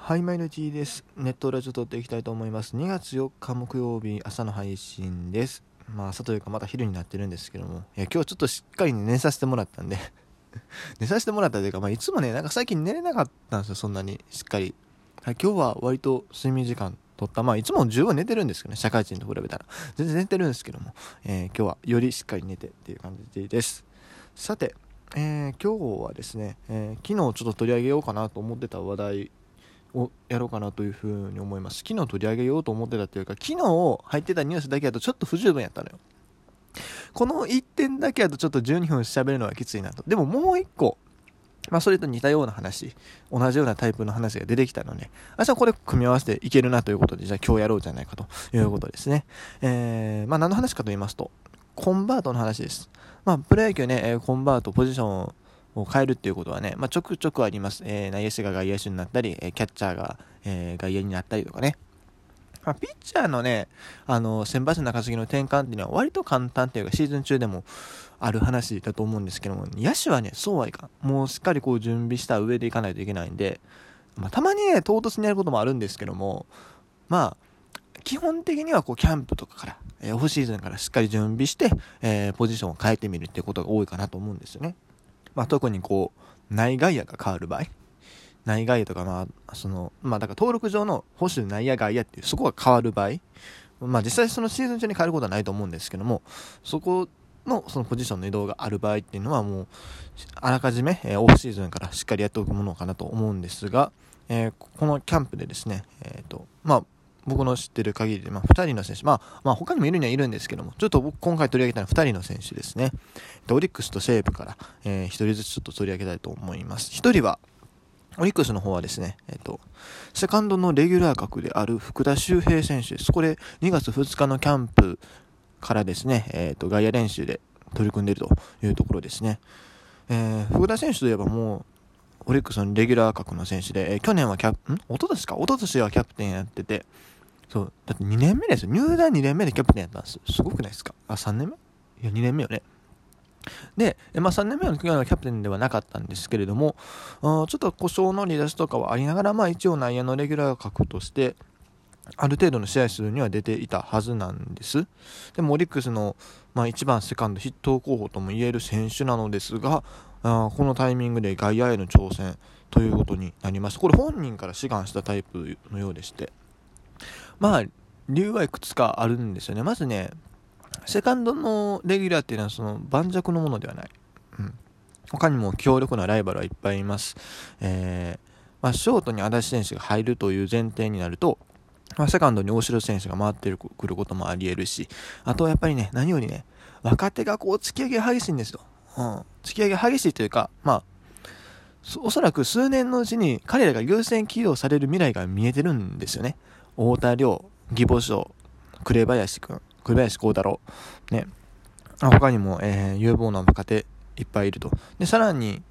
はい、マイルティです。ネットラジオ撮っていきたいと思います。2月4日木曜日朝の配信です。朝というかまた昼になってるんですけども、今日ちょっとしっかり、寝させてもらったんで寝させてもらったというか、いつもね、なんか最近寝れなかったんですよ、そんなにしっかり。はい、今日は割と睡眠時間取った。いつも十分寝てるんですけどね、社会人と比べたら。全然寝てるんですけども、今日はよりしっかり寝てっていう感じです。さて、今日はですね、昨日ちょっと取り上げようかなと思ってた話題をやろうかなというふうに思います。昨日取り上げようと思ってたというか、昨日入ってたニュースだけだとちょっと不十分やったのよ。この1点だけだとちょっと12分喋るのはきついなと。でももう1個、それと似たような話、同じようなタイプの話が出てきたので、明日これ組み合わせていけるなということで、じゃあ今日やろうじゃないかということですね。何の話かと言いますと、コンバートの話です。プロ野球ね、コンバート、ポジションを変えるっていうことはね、ちょくちょくあります。内野手が外野手になったり、キャッチャーが、外野になったりとかね。ピッチャーのね、先発中継ぎの転換っていうのは割と簡単っていうか、シーズン中でもある話だと思うんですけども、野手はね、そうはいかん。もうしっかり準備した上でいかないといけないんで、たまにね、唐突にやることもあるんですけども、基本的にはキャンプとかから、オフシーズンからしっかり準備して、ポジションを変えてみるっていうことが多いかなと思うんですよね。特に内外野が変わる場合、内外野とかだから登録上の保守内野外野っていうそこが変わる場合、実際そのシーズン中に変えることはないと思うんですけども、そこのそのポジションの移動がある場合っていうのはもうあらかじめ、オフシーズンからしっかりやっておくものかなと思うんですが、このキャンプでですね、僕の知ってる限りで、2人の選手、他にもいるにはいるんですけども、ちょっと僕今回取り上げたのは2人の選手ですね。オリックスと西武から、1人ずつちょっと取り上げたいと思います。1人は、オリックスの方はですね、セカンドのレギュラー格である福田周平選手です。これ、2月2日のキャンプからですね、外野練習で取り組んでいるというところですね。福田選手といえばもう、オリックスのレギュラー格の選手で、去年は一昨年はキャプテンやってて、そう、だって2年目ですよ。入団2年目でキャプテンやったんです。すごくないですか？3年目？いや、2年目よね。で、3年目の時はキャプテンではなかったんですけれども、ちょっと故障の離脱とかはありながら、一応内野のレギュラー格として、ある程度の試合数には出ていたはずなんです。でもオリックスの、1番セカンド筆頭候補とも言える選手なのですが、このタイミングで外野への挑戦ということになりました。これ本人から志願したタイプのようでして、理由はいくつかあるんですよね。まずね、セカンドのレギュラーっていうのはその盤石のものではない。他にも強力なライバルはいっぱいいます。ショートに足立選手が入るという前提になると、セカンドに大城選手が回ってくることもあり得るし、あとはやっぱりね、何よりね、若手が突き上げ激しいんですよ。突き上げ激しいというか、おそらく数年のうちに彼らが優先起用される未来が見えてるんですよね。太田亮、義母賞、紅林幸太郎、ね、他にも、有望な若手いっぱいいると。で、さらに、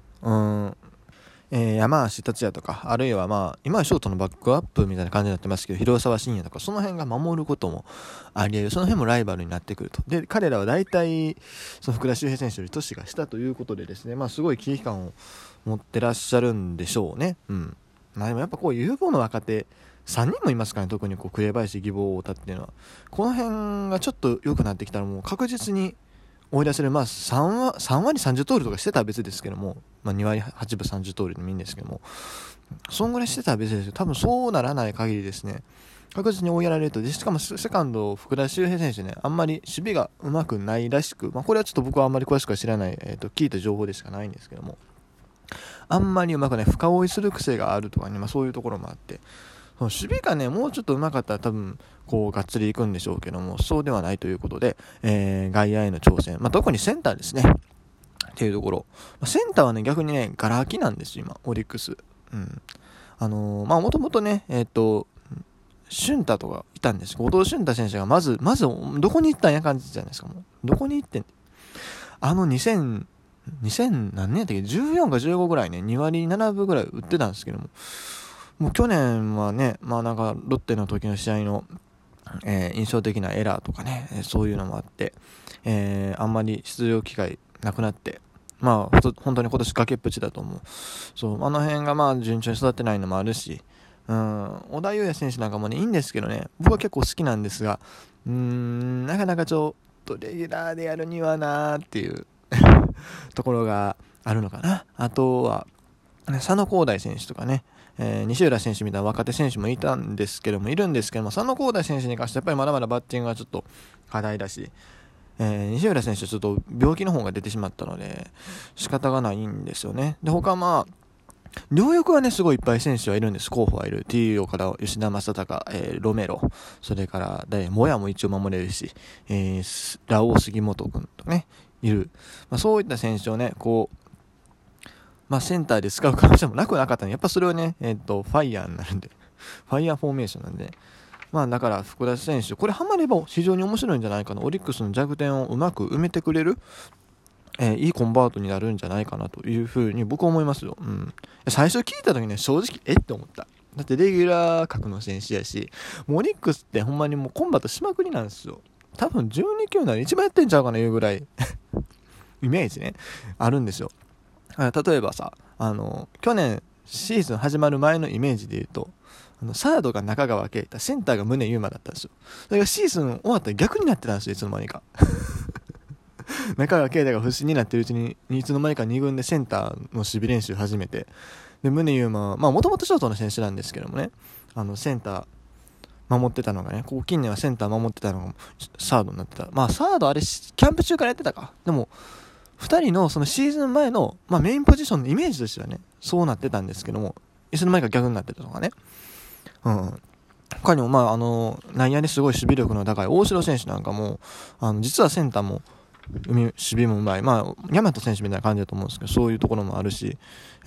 山足達也とか、あるいは今はショートのバックアップみたいな感じになってますけど、広沢慎也とか、その辺が守ることもあり得る。その辺もライバルになってくると。で、彼らは大体、その福田周平選手より年が下ということでですね、すごい危機感を持ってらっしゃるんでしょうね。でもやっぱ有望な若手、3人もいますからね、特に紅林、義母、太田っていうのは。この辺がちょっと良くなってきたらもう確実に追い出せる。3割30通りとかしてたら別ですけども、2割8分30通りでもいいんですけども、そんぐらいしてたら別ですよ。多分そうならない限りですね、確実に追いやられると。で、しかもセカンド福田周平選手ね、あんまり守備がうまくないらしく、これはちょっと僕はあんまり詳しくは知らない、聞いた情報でしかないんですけども、あんまりうまくない、深追いする癖があるとかね、そういうところもあって、その守備がね、もうちょっと上手かったら多分、がっつりいくんでしょうけども、そうではないということで、外野への挑戦。特にセンターですね。っていうところ。センターはね、逆にね、ガラ空きなんですよ、今、オリックス。もともとね、俊太とかいたんです。後藤俊太選手がまず、どこに行ったんや感じじゃないですか、もう。どこに行ってん2000何年やったっけ ?14 か15ぐらいね、2割7分ぐらい打ってたんですけども、もう去年はね、ロッテの時の試合の、印象的なエラーとかね、そういうのもあって、あんまり出場機会なくなって、本当に今年崖っぷちだと思う。そう、あの辺が順調に育ってないのもあるし、 小田裕也選手なんかもねいいんですけどね、僕は結構好きなんですが、なかなかちょっとレギュラーでやるにはなーっていうところがあるのかな。あとは佐野皓大選手とかね、西浦選手みたいな若手選手もいるんですけども、佐野皓大選手に関してやっぱりまだまだバッティングがちょっと課題だし、西浦選手はちょっと病気の方が出てしまったので仕方がないんですよね。で、他両翼はねすごいいっぱい選手はいるんです。候補はいる。 TU から吉田正尚、ロメロ、それからモヤも一応守れるし、ラオウ杉本君とかねいる、そういった選手をねセンターで使う可能性もなくはなかったので、やっぱそれはね、ファイヤーになるんでファイヤーフォーメーションなんで、だから福田選手これハマれば非常に面白いんじゃないかな。オリックスの弱点をうまく埋めてくれる、いいコンバートになるんじゃないかなというふうに僕は思いますよ。最初聞いた時ね、正直って思った。だってレギュラー格の選手やし、オリックスってほんまにもうコンバートしまくりなんですよ。多分12球団一番やってんちゃうかないうぐらいイメージねあるんですよ。例えばさ、去年シーズン始まる前のイメージで言うと、サードが中川圭太、センターが宗佑磨だったんですよ。それがシーズン終わったら逆になってたんですよ、いつの間にか中川圭太が不振になってるうちにいつの間にか2軍でセンターの守備練習始めて、で宗佑磨もともとショートの選手なんですけどもね、センター守ってたのがね、ここ近年はセンター守ってたのがサードになってた。サードあれキャンプ中からやってたか。でも2人のそのシーズン前の、メインポジションのイメージとしてはねそうなってたんですけども、いつの間にか逆になってたのがね、他にも内野にすごい守備力の高い大城選手なんかも実はセンターも守備もうまい、大和選手みたいな感じだと思うんですけど、そういうところもあるし、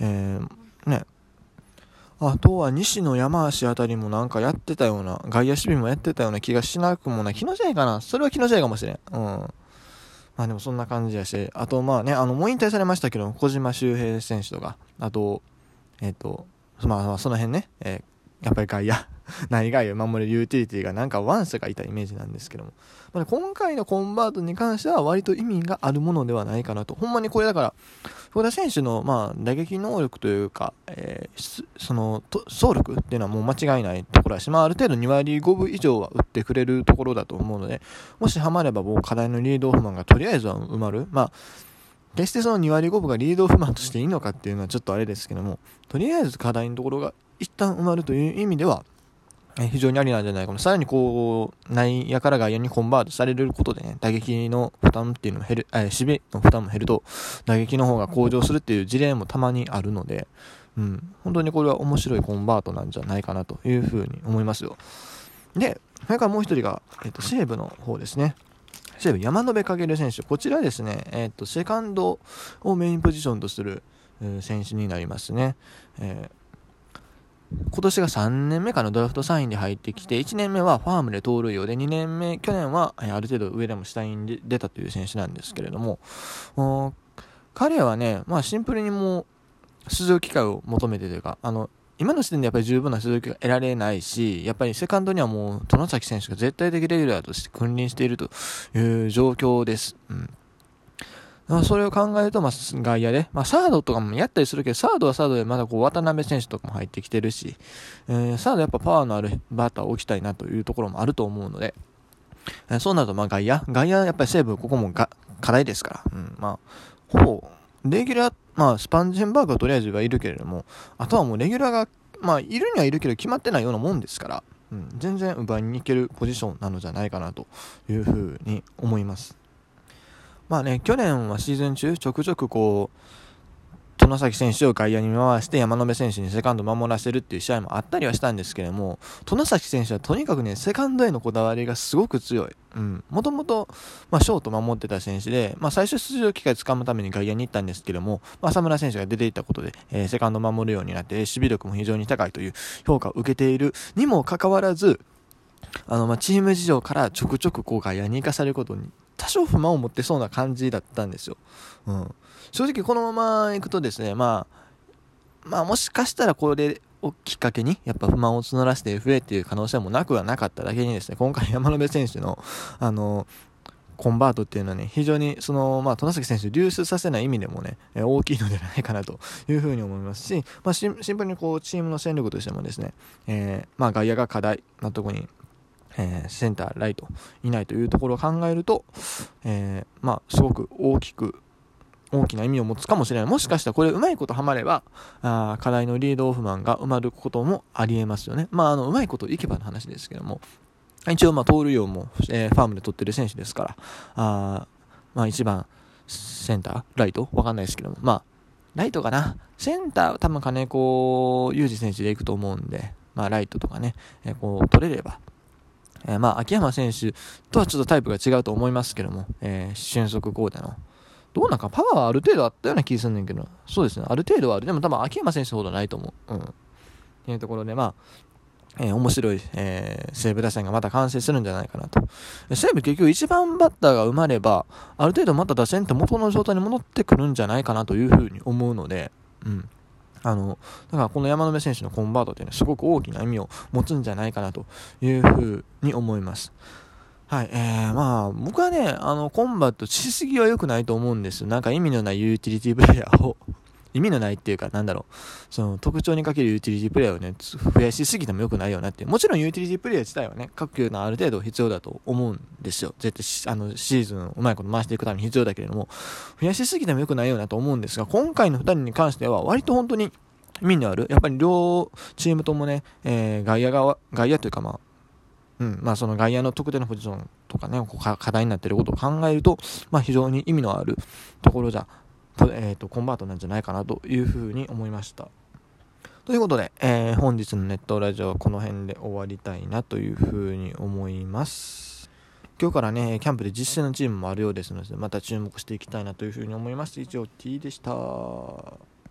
あとは西野山足あたりもなんかやってたような、外野守備もやってたような気がしなくもない。気のせいかな、それは気のせいかもしれん。でもそんな感じやし、あともう引退されましたけど小島周平選手とか、あとその辺ね、やっぱり外野内外野守れるユーティリティがなんかワンスがいたイメージなんですけども、今回のコンバートに関しては割と意味があるものではないかなと。ほんまにこれだから福田選手の打撃能力というか、その走力っていうのはもう間違いないところだし、ある程度2割5分以上は打ってくれるところだと思うので、もしハマればもう課題のリードオフマンがとりあえずは埋まる。決してその2割5分がリードオフマンとしていいのかっていうのはちょっとあれですけども、とりあえず課題のところが一旦埋まるという意味では非常にありなんじゃないかな。さらに内野から外野にコンバートされることでね、打撃の負担っていうのも減る、守備の負担も減ると打撃の方が向上するっていう事例もたまにあるので、本当にこれは面白いコンバートなんじゃないかなというふうに思いますよ。で、それからもう一人が、西武の方ですね。西武山野辺翔選手、こちらですね、セカンドをメインポジションとする、選手になりますね。今年が3年目かのドラフト3位で入ってきて、1年目はファームで盗塁王で、2年目去年はある程度上でも下に出たという選手なんですけれども、彼はね、シンプルにもう出場機会を求めてというか、今の時点でやっぱり十分な出場機会が得られないし、やっぱりセカンドにはもう外崎選手が絶対的レギュラーとして君臨しているという状況です。それを考えると、外野で、サードとかもやったりするけど、サードはサードでまだ渡辺選手とかも入ってきてるし、サードやっぱパワーのあるバッターを置きたいなというところもあると思うので、そうなると外野やっぱり西武ここも課題ですから、ほぼレギュラー、スパンジェンバーグはとりあえずはいるけれども、あとはもうレギュラーが、いるにはいるけど決まってないようなもんですから、全然奪いに行けるポジションなのじゃないかなというふうに思います。去年はシーズン中ちょくちょく外崎選手を外野に回して山野辺選手にセカンド守らせるっていう試合もあったりはしたんですけれども、外崎選手はとにかくねセカンドへのこだわりがすごく強い。もともとショート守ってた選手で、最初出場機会つかむために外野に行ったんですけども、浅村選手が出ていったことで、セカンド守るようになって守備力も非常に高いという評価を受けているにもかかわらず、チーム事情からちょくちょく外野に行かされることに多少不満を持ってそうな感じだったんですよ。正直このまま行くとですね、もしかしたらこれをきっかけにやっぱ不満を募らせて FA っていう可能性もなくはなかっただけにですね、今回山野辺選手のコンバートっていうのはね、非常に戸崎選手流出させない意味でもね、大きいのではないかなというふうに思いますし、シンプルにこうチームの戦力としてもですね、外野が課題なところに、センター、ライトいないというところを考えると、すごく大きな意味を持つかもしれない。もしかしたらこれうまいことはまれば課題のリードオフマンが埋まることもありえますよね。うまいこといけばの話ですけども、一応盗塁王も、ファームで取ってる選手ですから、1番センターライトわかんないですけども、ライトかな、センター多分金子裕二選手でいくと思うんで、ライトとかね、こう取れれば、秋山選手とはちょっとタイプが違うと思いますけども、俊足高打のどうなんかパワーはある程度あったような気がするんだけど、そうですね、ある程度はある。でも多分秋山選手ほどないと思う。っていうところで面白い、西武打線がまた完成するんじゃないかなと。西武結局1番バッターが生まればある程度また打線って元の状態に戻ってくるんじゃないかなというふうに思うので、だからこの山野辺選手のコンバートっていうのはすごく大きな意味を持つんじゃないかなというふうに思います。はい、僕はね、コンバットしすぎは良くないと思うんです。なんか意味のないユーティリティプレイヤーを意味のないっていうか、その特徴にかけるユーティリティプレイヤーをね、増やしすぎても良くないよなっていう。もちろんユーティリティプレイヤー自体はね、各球団ある程度必要だと思うんですよ。絶対シーズンをうまいこと回していくために必要だけれども、増やしすぎても良くないよなと思うんですが、今回の2人に関しては割と本当に意味のある、やっぱり両チームともね、外野というかその外野の特定のポジションとかね、課題になっていることを考えると、非常に意味のあるところコンバートなんじゃないかなというふうに思いました。ということで、本日のネットラジオはこの辺で終わりたいなというふうに思います。今日からね、キャンプで実践のチームもあるようですので、また注目していきたいなというふうに思います。以上 T でした。